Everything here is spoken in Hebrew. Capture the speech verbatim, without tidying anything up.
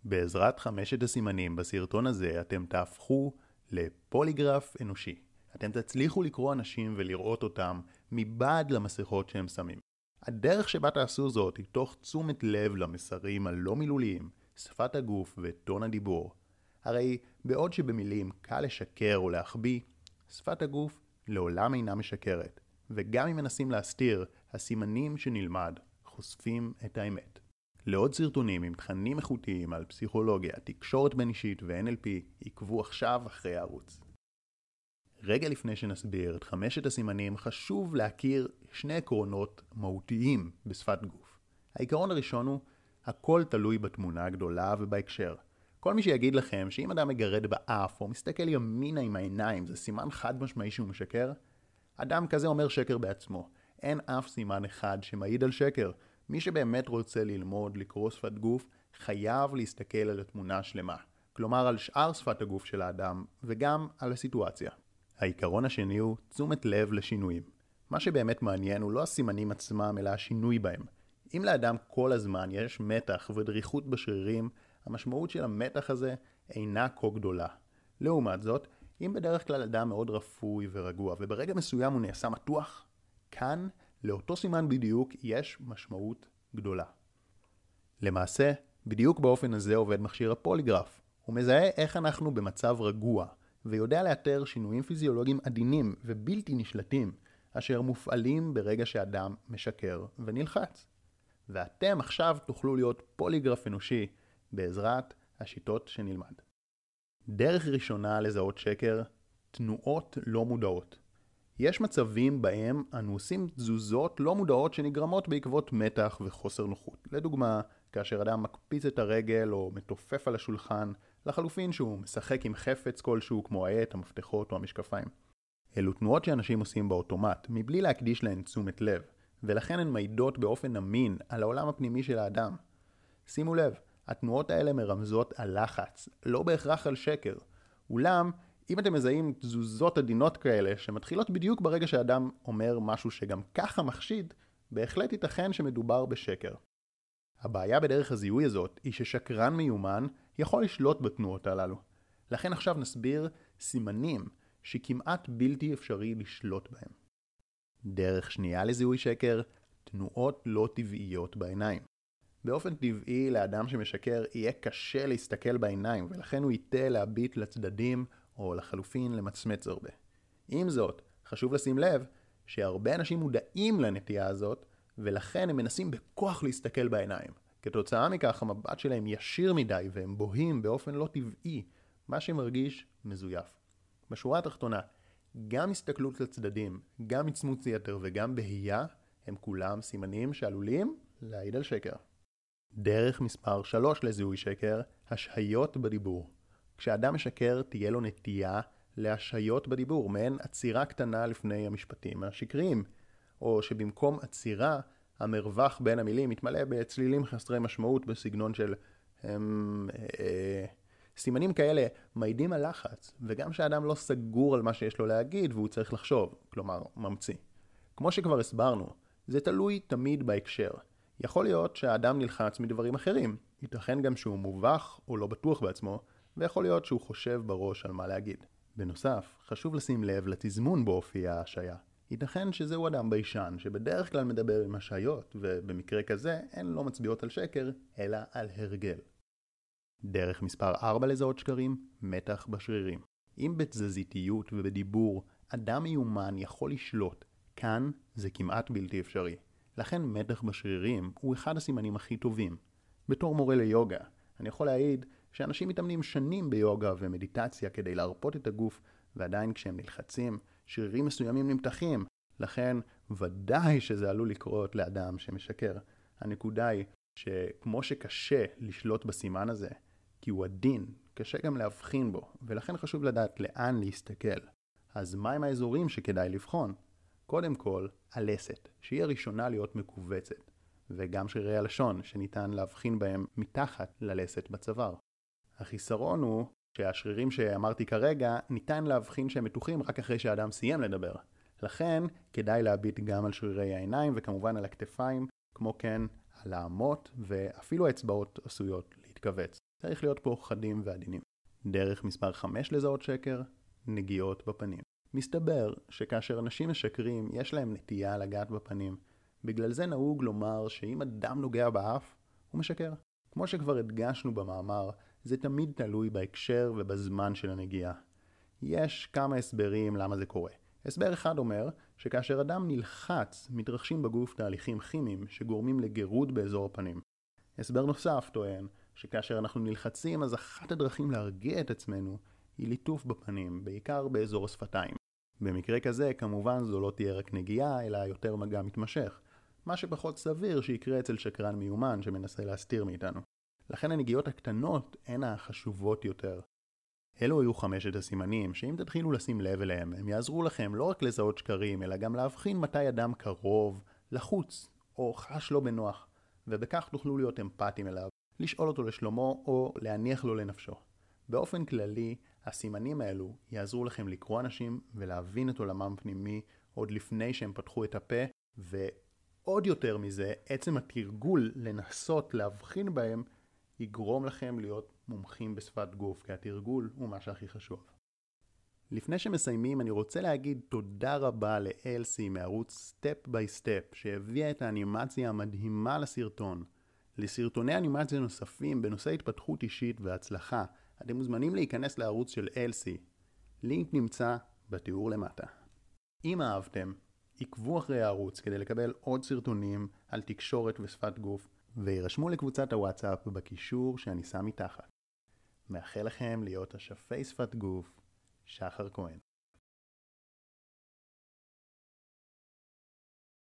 בעזרת חמשת הסימנים בסרטון הזה אתם תהפכו לפוליגרף אנושי. אתם תצליחו לקרוא אנשים ולראות אותם מבעד למסכות שהם שמים. הדרך שבה תעשו זאת היא תוך תשומת לב למסרים הלא מילוליים, שפת הגוף וטון הדיבור. הרי בעוד שבמילים קל לשקר או להחביא, שפת הגוף לעולם אינה משקרת. וגם אם מנסים להסתיר, הסימנים שנלמד חושפים את האמת. לעוד סרטונים עם תכנים איכותיים על פסיכולוגיה, תקשורת בין אישית ו-אן אל פי, עקבו עכשיו אחרי הערוץ. רגע לפני שנסביר את חמשת הסימנים, חשוב להכיר שני עקרונות מהותיים בשפת גוף. העיקרון הראשון הוא, הכל תלוי בתמונה הגדולה ובהקשר. כל מי שיגיד לכם שאם אדם מגרד באף או מסתכל ימינה עם העיניים, זה סימן חד משמעי שהוא משקר, אדם כזה אומר שקר בעצמו. אין אף סימן אחד שמעיד על שקר. מי שבאמת רוצה ללמוד לקרוא שפת גוף, חייב להסתכל על התמונה השלמה. כלומר על שאר שפת הגוף של האדם, וגם על הסיטואציה. העיקרון השני הוא תשומת לב לשינויים. מה שבאמת מעניין הוא לא הסימנים עצמם, אלא השינוי בהם. אם לאדם כל הזמן יש מתח ודריכות בשרירים, המשמעות של המתח הזה אינה כה גדולה. לעומת זאת, אם בדרך כלל אדם מאוד רפוי ורגוע, וברגע מסוים הוא נעשה מתוח, כאן לאותו סימן בדיוק יש משמעות גדולה. למעשה, בדיוק באופן הזה עובד מכשיר הפוליגרף. הוא מזהה איך אנחנו במצב רגוע, ויודע לאתר שינויים פיזיולוגיים עדינים ובלתי נשלטים, אשר מופעלים ברגע שאדם משקר ונלחץ. ואתם עכשיו תוכלו להיות פוליגרף אנושי בעזרת השיטות שנלמד. דרך ראשונה לזהות שקר, תנועות לא מודעות. יש מצבים בהם אנו עושים תזוזות לא מודעות שנגרמות בעקבות מתח וחוסר נוחות. לדוגמה, כאשר אדם מקפיץ את הרגל או מתופף על השולחן, לחלופין שהוא משחק עם חפץ כלשהו כמו העט, המפתחות או המשקפיים. אלו תנועות שאנשים עושים באוטומט, מבלי להקדיש להן תשומת לב, ולכן הן מעידות באופן אמין על העולם הפנימי של האדם. שימו לב, התנועות האלה מרמזות על לחץ, לא בהכרח על שקר. אולם, אם אתם מזהים תזוזות עדינות כאלה שמתחילות בדיוק ברגע שאדם אומר משהו שגם ככה מחשיד, בהחלט ייתכן שמדובר בשקר. הבעיה בדרך הזיהוי הזאת היא ששקרן מיומן יכול לשלוט בתנועות הללו. לכן עכשיו נסביר סימנים שכמעט בלתי אפשרי לשלוט בהם. דרך שנייה לזיהוי שקר, תנועות לא טבעיות בעיניים. באופן טבעי לאדם שמשקר יהיה קשה להסתכל בעיניים, ולכן הוא ייטה להביט לצדדים או לחלופין למצמץ הרבה. עם זאת, חשוב לשים לב שהרבה אנשים מודעים לנטייה הזאת, ולכן הם מנסים בכוח להסתכל בעיניים. כתוצאה מכך המבט שלהם ישיר מדי והם בוהים באופן לא טבעי, מה שמרגיש מזויף. בשורה התחתונה, גם הסתכלות לצדדים, גם מצמוץ יתר וגם בהייה, הם כולם סימנים שעלולים להעיד על שקר. דרך מספר שלוש לזיהוי שקר, השהיות בדיבור. כשאדם משקר תהיה לו נטייה להשהיות בדיבור, מעין עצירה קטנה לפני המשפטים השקריים, או שבמקום עצירה, המרווח בין המילים מתמלא בצלילים חסרי משמעות בסגנון של הם, אה, סימנים כאלה מעידים על לחץ, וגם שהאדם לא סגור על מה שיש לו להגיד והוא צריך לחשוב, כלומר ממציא. כמו שכבר הסברנו, זה תלוי תמיד בהקשר. יכול להיות שהאדם נלחץ מדברים אחרים, ייתכן גם שהוא מובך או לא בטוח בעצמו, ויכול להיות שהוא חושב בראש על מה להגיד. בנוסף, חשוב לשים לב לתזמון בו הופיעה ההשעיה. ייתכן שזהו אדם ביישן שבדרך כלל מדבר עם השעיות, ובמקרה כזה הן לא מצביעות על שקר, אלא על הרגל. דרך מספר ארבע לזהות שקרים, מתח בשרירים. אם בתזזיתיות ובדיבור אדם מיומן יכול לשלוט, כאן זה כמעט בלתי אפשרי. לכן מתח בשרירים הוא אחד הסימנים הכי טובים. בתור מורה ליוגה, אני יכול להעיד שאנשים מתאמנים שנים ביוגה ומדיטציה כדי להרפות את הגוף, ועדיין כשהם נלחצים, שרירים מסוימים נמתחים. לכן ודאי שזה עלול לקרות לאדם שמשקר. הנקודה היא שכמו שקשה לשלוט בסימן הזה, כי הוא עדין, קשה גם להבחין בו, ולכן חשוב לדעת לאן להסתכל. אז מה עם האזורים שכדאי לבחון? קודם כל, הלסת, שהיא הראשונה להיות מקובצת, וגם שרירי הלשון, שניתן להבחין בהם מתחת ללסת בצוואר. החיסרון הוא שהשרירים שאמרתי כרגע, ניתן להבחין שהם מתוחים רק אחרי שהאדם סיים לדבר. לכן, כדאי להביט גם על שרירי העיניים, וכמובן על הכתפיים, כמו כן על האמות, ואפילו האצבעות עשויות להתכווץ. צריך להיות פה חדים ועדינים. דרך מספר חמש לזהות שקר, נגיעות בפנים. מסתבר שכאשר אנשים משקרים יש להם נטייה לגעת בפנים. בגלל זה נהוג לומר שאם אדם נוגע באף, הוא משקר. כמו שכבר הדגשנו במאמר, זה תמיד תלוי בהקשר ובזמן של הנגיעה. יש כמה הסברים למה זה קורה. הסבר אחד אומר שכאשר אדם נלחץ, מתרחשים בגוף תהליכים כימיים שגורמים לגירוד באזור הפנים. הסבר נוסף טוען שכאשר אנחנו נלחצים, אז אחת הדרכים להרגיע את עצמנו היא ליטוף בפנים, בעיקר באזור השפתיים. במקרה כזה, כמובן זו לא תהיה רק נגיעה, אלא יותר מגע מתמשך. מה שפחות סביר שיקרה אצל שקרן מיומן שמנסה להסתיר מאיתנו. לכן הנגיעות הקטנות הן החשובות יותר. אלו היו חמשת הסימנים שאם תתחילו לשים לב אליהם, הם יעזרו לכם לא רק לזהות שקרים, אלא גם להבחין מתי אדם קרוב, לחוץ או חש לא בנוח, ובכך תוכלו להיות אמפתיים אליו, לשאול אותו לשלומו או להניח לו לנפשו. באופן כללי, הסימנים האלו יעזרו לכם לקרוא אנשים ולהבין את עולמם פנימי עוד לפני שהם פתחו את הפה, ועוד יותר מזה, עצם התרגול לנסות להבחין בהם יגרום לכם להיות מומחים בשפת גוף, כי התרגול הוא מה שהכי חשוב. לפני שמסיימים, אני רוצה להגיד תודה רבה ל-אלסי מערוץ Step by Step, שהביאה את האנימציה המדהימה לסרטון. לסרטוני אנימציה נוספים בנושא התפתחות אישית והצלחה, אתם מוזמנים להיכנס לערוץ של אלסי. לינק נמצא בתיאור למטה. אם אהבתם, עקבו אחרי הערוץ כדי לקבל עוד סרטונים על תקשורת ושפת גוף, וירשמו לקבוצת הוואטסאפ בקישור שאני שם מתחת. מאחל לכם להיות אשפי שפת גוף, שחר כהן.